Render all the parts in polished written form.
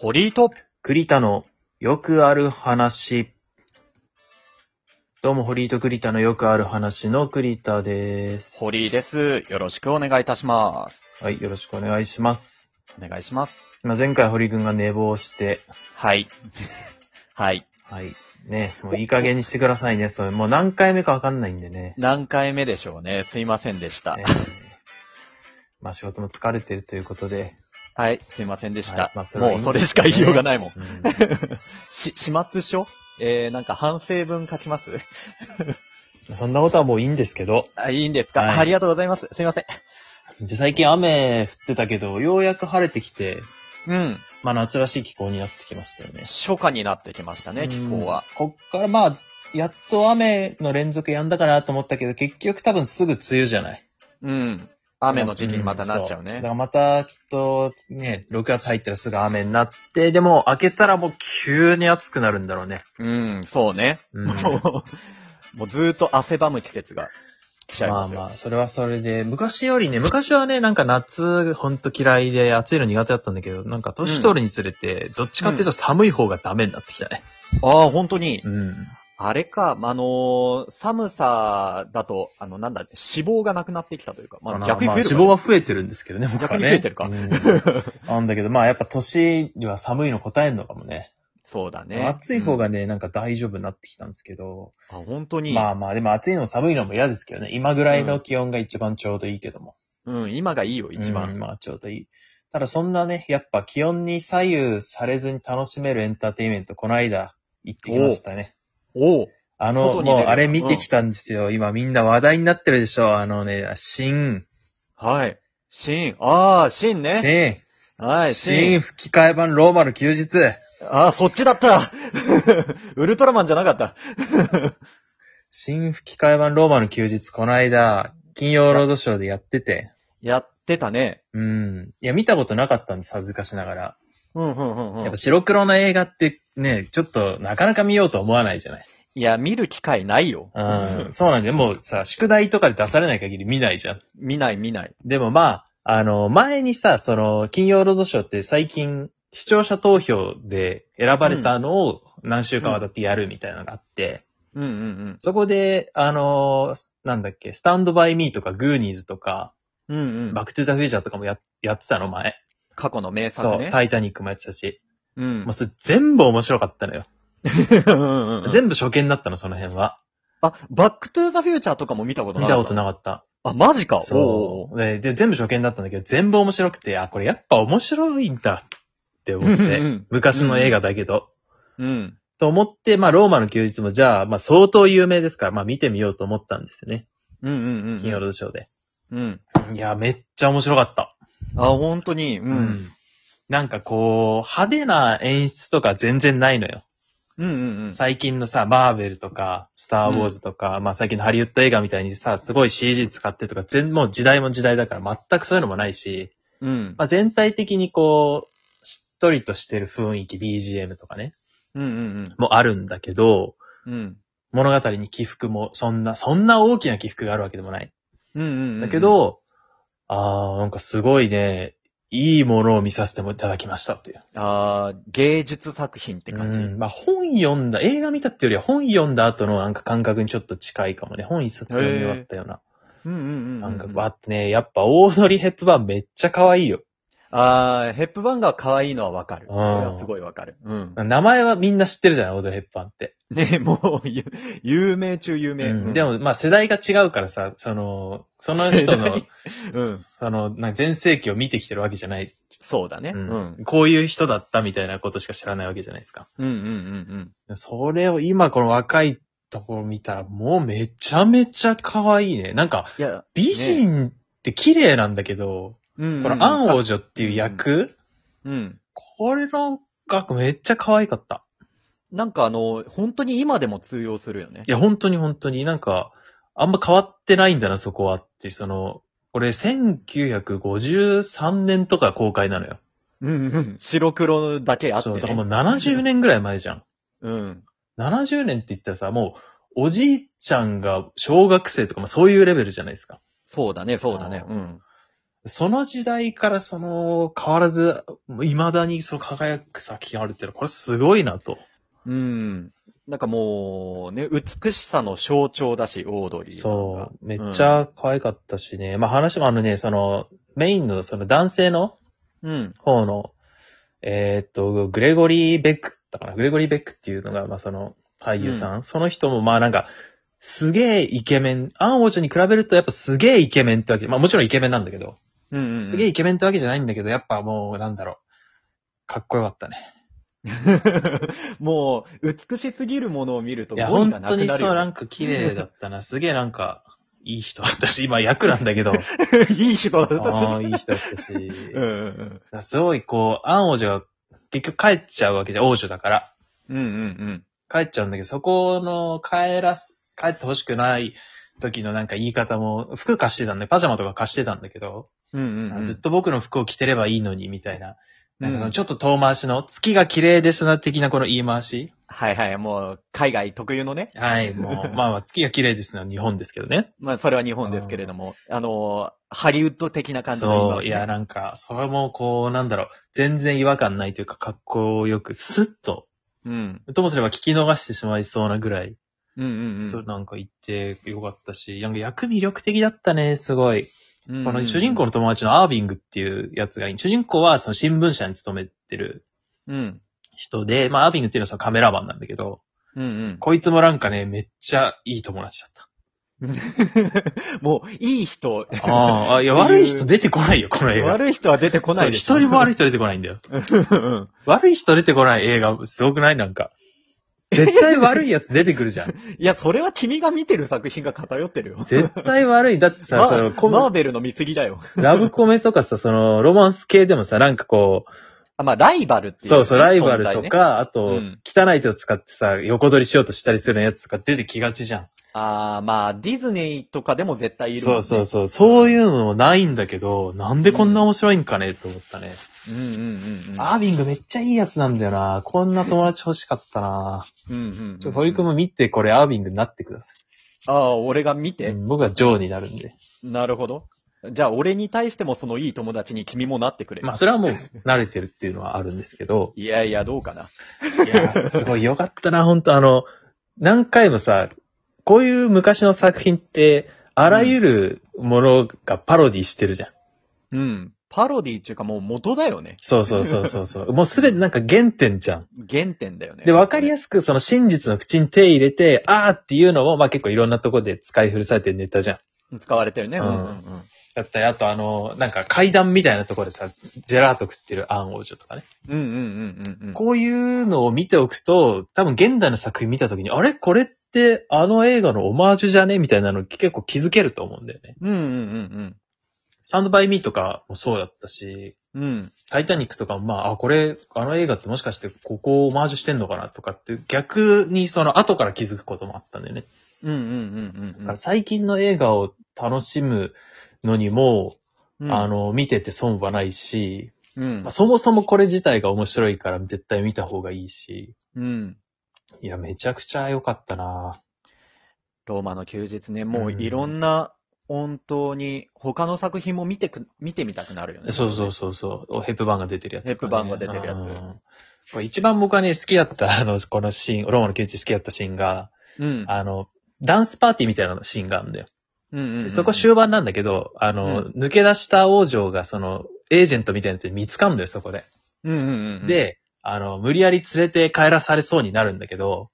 堀井と栗田のよくある話。どうも、堀井と栗田のよくある話の栗田です。 堀井です。よろしくお願いいたします。 はい、よろしくお願いします。 お願いします。 前回堀井くんが寝坊して。 はい。はい。 はい。ね、もういい加減にしてくださいね。それもう何回目かわかんないんでね。 何回目でしょうね。すいませんでした。 まあ仕事も疲れてるということで。 はい、すいませんでした。 はい、 もうそれしか言いようがないもん。始末書なんか反省文書きますそんなことはもういいんですけど。 いいんですか、はい、ありがとうございます。すいません。 で、最近雨降ってたけど、ようやく晴れてきて、まあ夏らしい気候になってきましたよね。 初夏になってきましたね、気候は。 こっからまあ、やっと雨の連続やんだかなと思ったけど、結局多分すぐ梅雨じゃない。 雨の時期にまたなっちゃうね。 だからまたきっとね、6月入ったらすぐ雨になって、でも明けたらもう急に暑くなるんだろうね。 そうね。もうずーっと汗ばむ季節が来ちゃいますよ。 まあまあ、それはそれで、昔はね、なんか夏ほんと嫌いで暑いの苦手だったんだけど、なんか年取るにつれて、どっちかっていうと寒い方がダメになってきたね。 ああ、本当に。あれか、寒さだと、脂肪がなくなってきたというか、逆に増えるか、 脂肪は増えてるんですけどね、僕はね。 逆に増えてるか。 なんだけど、まあやっぱ年には寒いの答えんのかもね。 そうだね。 暑い方がね、なんか大丈夫になってきたんですけど。 本当に。 まあまあ、でも暑いのも寒いのも嫌ですけどね。今ぐらいの気温が一番ちょうどいいけども。 今がいいよ、一番。 まあちょうどいい。ただそんなね、やっぱ気温に左右されずに楽しめるエンターテインメント、この間行ってきましたね。 もうあれ見てきたんですよ。今みんな話題になってるでしょ。新。 はい。新ね。 新。 はい、 新吹き替え版ローマの休日。 そっちだったウルトラマンじゃなかった。 新吹き替え版ローマの休日、この間、金曜ロードショーでやってて。 やってたね。 いや、見たことなかったんです、恥ずかしながら。 やっぱ白黒の映画ってね、ちょっとなかなか見ようと思わないじゃない。 いや、見る機会ないよ。 そうなんだよ。もうさ、宿題とかで出されない限り見ないじゃん。 見ない。 でもまあ、前にさ、金曜ロードショーって最近、視聴者投票で選ばれたのを何週間渡ってやるみたいなのがあって、そこで、なんだっけ、スタンドバイミーとかグーニーズとか、バックトゥザフューチャーとかもやってたの、前。 過去の名作ね。 そう、タイタニックもやってたし。もうそれ全部面白かったのよ。全部初見だったの、その辺は。 バックトゥザフューチャーとかも見たことなかった。 見たことなかった。 マジか。 そう。で、全部初見だったんだけど、全部面白くて、これやっぱ面白いんだって思って。昔の映画だけど。と思って、ローマの休日もじゃあ、相当有名ですから、見てみようと思ったんですよね。金曜ロードショーで。いや、めっちゃ面白かった。 本当に。 なんかこう、派手な演出とか全然ないのよ。最近のさ、マーベルとか、スターウォーズとか、最近のハリウッド映画みたいにさ、すごい CG 使ってとか、もう時代も時代だから全くそういうのもないし、全体的にこう、しっとりとしてる雰囲気、BGM とかね、もあるんだけど、物語に起伏も、そんな大きな起伏があるわけでもない。だけど、なんかすごいね、いいものを見させてもいただきましたっていう。 芸術作品って感じ。 映画見たってよりは本読んだ後のなんか感覚にちょっと近いかもね。本一冊読み終わったような。なんかバってね、やっぱオードリー・ヘップバーンめっちゃ可愛いよ。 ヘップバーンが可愛いのはわかる。それはすごいわかる。 名前はみんな知ってるじゃない、オードリー・ヘップバーンって。 ね、もう、有名中有名。 でも、世代が違うからさ、その人の、全盛期を見てきてるわけじゃない。 そうだね。 こういう人だったみたいなことしか知らないわけじゃないですか。それを今この若いところ見たらもうめちゃめちゃ可愛いね。なんか、美人って綺麗なんだけど、このアン王女っていう役、これのがめっちゃ可愛かった。 なんか本当に今でも通用するよね。 いや、本当になんか、あんま変わってないんだな、そこはって。これ1953年とか公開なのよ。 白黒だけあってね。 そう、だからもう70年ぐらい前じゃん。70年って言ったらさ、もう、おじいちゃんが小学生とか、そういうレベルじゃないですか。 そうだね。 その時代から変わらず、未だに輝く作品あるっていうのは、これすごいなと。 なんかもう、ね、美しさの象徴だし、オードリーさんが。 そう。めっちゃ可愛かったしね。まあ話もメインの男性の方の、グレゴリー・ベックだから、グレゴリー・ベックっていうのが、まあ俳優さん。その人もまあなんか、すげえイケメン。アン王女に比べるとやっぱすげえイケメンってわけ。まあもちろんイケメンなんだけど。すげえイケメンってわけじゃないんだけど、やっぱもうかっこよかったね。 もう、美しすぎるものを見ると語彙がなくなるよ。本当になんか綺麗だったな。すげえなんか、いい人だったし、今役なんだけど。 いい人だったし。 いい人だったし。すごいアン王女が結局帰っちゃうわけじゃん、王女だから。帰っちゃうんだけど、そこの帰ってほしくない時のなんか言い方も、服貸してたんで、パジャマとか貸してたんだけど、ずっと僕の服を着てればいいのに、みたいな。なんかちょっと遠回しの、月が綺麗ですな、的なこの言い回し。 はいはい、もう、海外特有のね。 はい、もう、まあ、月が綺麗ですのは日本ですけどね。 まあ、それは日本ですけれども、ハリウッド的な感じの言い回し、 ね。そう、いや、なんか、それも全然違和感ないというか、格好よく、スッと。ともすれば聞き逃してしまいそうなぐらい。人なんか言ってよかったし、なんか役魅力的だったね、すごい。この主人公の友達のアービングっていうやつがいい。主人公は新聞社に勤めてる人で、まあアービングっていうのはカメラマンなんだけど、こいつもなんかね、めっちゃいい友達だった。 もう、いい人。 いや、悪い人出てこないよ、この映画。 悪い人は出てこないでしょ。 一人も悪い人出てこないんだよ。悪い人出てこない映画、すごくないなんか。絶対悪いやつ出てくるじゃん。いや、それは君が見てる作品が偏ってるよ。 絶対悪い。だってさ、 マーベルの見過ぎだよ。 ラブコメとかさ、ロマンス系でもさ、なんかまあ、ライバルっていう、 ね。そう、ライバルとか、あと、汚い手を使ってさ、横取りしようとしたりするやつとか出てきがちじゃん。 まあ、ディズニーとかでも絶対いるもんね。 そういうのもないんだけど、なんでこんな面白いんかねと思ったね。アービングめっちゃいいやつなんだよな。こんな友達欲しかったな。堀君も見て、これアービングになってください。 俺が見て、 僕はジョーになるんで。 なるほど。じゃあ、俺に対してもそのいい友達に君もなってくれ。 まあ、それはもう慣れてるっていうのはあるんですけど。 いやいや、どうかな。 いや、すごいよかったな、本当何回もさ、こういう昔の作品って、あらゆるものがパロディしてるじゃん。パロディっていうかもう元だよね。 そう。もうすべてなんか原点じゃん。 原点だよね。 で、わかりやすくその真実の口に手入れて、っていうのも、まあ結構いろんなとこで使い古されてるネタじゃん。 使われてるね。 だったり、あとなんか階段みたいなところでさ、ジェラート食ってるアン王女とかね。こういうのを見ておくと、多分現代の作品見たときに、あれこれって映画のオマージュじゃねみたいなの結構気づけると思うんだよね。スタンドバイミーとかもそうだったし、タイタニックとかもまあ、これ、映画ってもしかしてここをオマージュしてんのかなとかって逆に後から気づくこともあったんだよね。だから最近の映画を楽しむのにも、見てて損はないし、そもそもこれ自体が面白いから絶対見た方がいいし、いや、めちゃくちゃ良かったな。 ローマの休日ね、もういろんな、本当に、他の作品も見てみたくなるよね。 そう。ヘップバーンが出てるやつ、 ヘップバーンが出てるやつ。一番僕はね、好きだった、このシーン、ローマの休日好きだったシーンが、ダンスパーティーみたいなシーンがあるんだよ。そこ終盤なんだけど、抜け出した王女がエージェントみたいなやつに見つかるんだよ、そこで。で、無理やり連れて帰らされそうになるんだけど、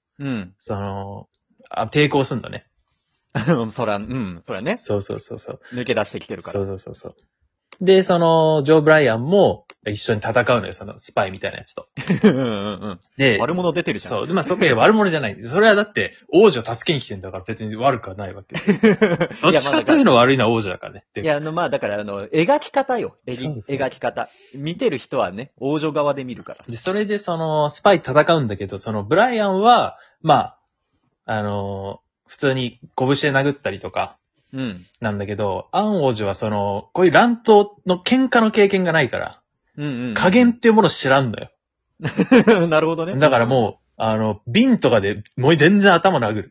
抵抗すんだね。 そらね。 そう。 抜け出してきてるから。 そう。で、ジョー・ブライアンも一緒に戦うのよ、スパイみたいなやつと。 で、悪者出てるじゃん。 そう。で、まあ、そこへ悪者じゃない。それはだって、王女助けに来てんだから別に悪くはないわけ。どっちかというの悪いのは王女だからね。 いや、まあ、だから、描き方よ。描き方。見てる人はね、王女側で見るから。 で、それでスパイ戦うんだけど、ブライアンは、まあ、普通に拳で殴ったりとか、なんだけど、アン王女はこういう乱闘の喧嘩の経験がないから、加減っていうものを知らんのよ。 なるほどね。 だからもう、瓶とかでもう全然頭殴る。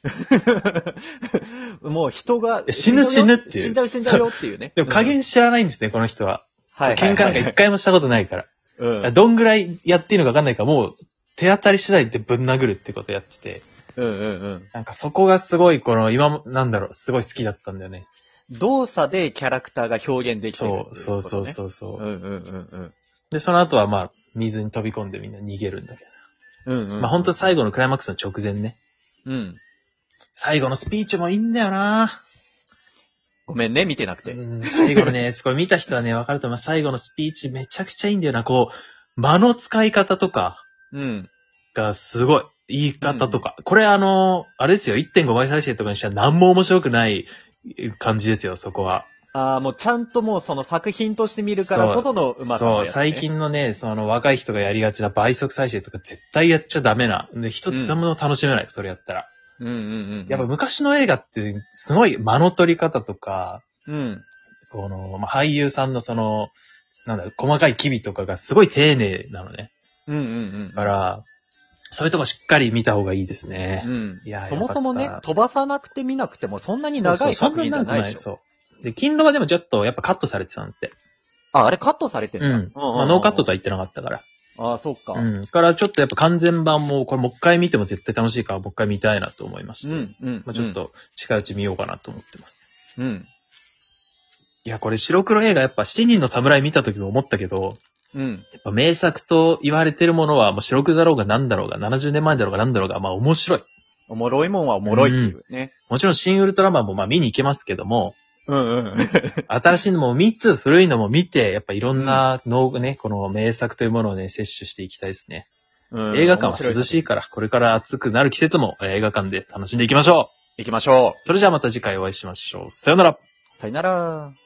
もう人が死ぬっていう。 死んじゃうよっていうね。 でも加減知らないんですね、この人は。 はい。 喧嘩なんか一回もしたことないから。 うん。 どんぐらいやっていいのか分かんないから、もう手当たり次第でぶん殴るってことやってて。なんかそこがすごい、すごい好きだったんだよね。 動作でキャラクターが表現できてるっていうそうことね。 そう。で、その後はまあ、水に飛び込んでみんな逃げるんだけど。まあ本当最後のクライマックスの直前ね。最後のスピーチもいいんだよな。 ごめんね、見てなくて。 最後のね、これ見た人はね、わかると思う。最後のスピーチめちゃくちゃいいんだよな。こう、間の使い方とか。がすごい。言い方とか。これあれですよ。1.5 倍再生とかにしたら何も面白くない感じですよ、そこは。ああ、もうちゃんともうその作品として見るからこそのうまさのやつね。 そう、最近のね、その若い人がやりがちな倍速再生とか絶対やっちゃダメな。で、人って何も楽しめない、それやったら。やっぱ昔の映画ってすごい間の取り方とか、この、まあ、俳優さんのその、細かい機微とかがすごい丁寧なのね。だから、そういうとこしっかり見た方がいいですね。 いや、そもそもね、飛ばさなくて見なくてもそんなに長い作品じゃないでしょ。 そう。で、金狼はでもちょっとやっぱカットされてたんって。 あれカットされてるんだ。まあノーカットとは言ってなかったから。 ああ、そっか。 だからちょっとやっぱ完全版も、これもう一回見ても絶対楽しいからもう一回見たいなと思いました。まあちょっと近いうち見ようかなと思ってます。いや、これ白黒映画やっぱ7人の侍見た時も思ったけど、やっぱ名作と言われてるものはもう白黒だろうが何だろうが70年前だろうが何だろうがまあ面白い。 おもろいもんはおもろいっていうね。 もちろん新ウルトラマンもまあ見に行けますけども、新しいのも見つ、古いのも見て、やっぱいろんなこの名作というものをね、摂取していきたいですね。映画館は涼しいから、これから暑くなる季節も映画館で楽しんでいきましょう。 行きましょう。 それじゃあまた次回お会いしましょう。さよなら。 さよなら。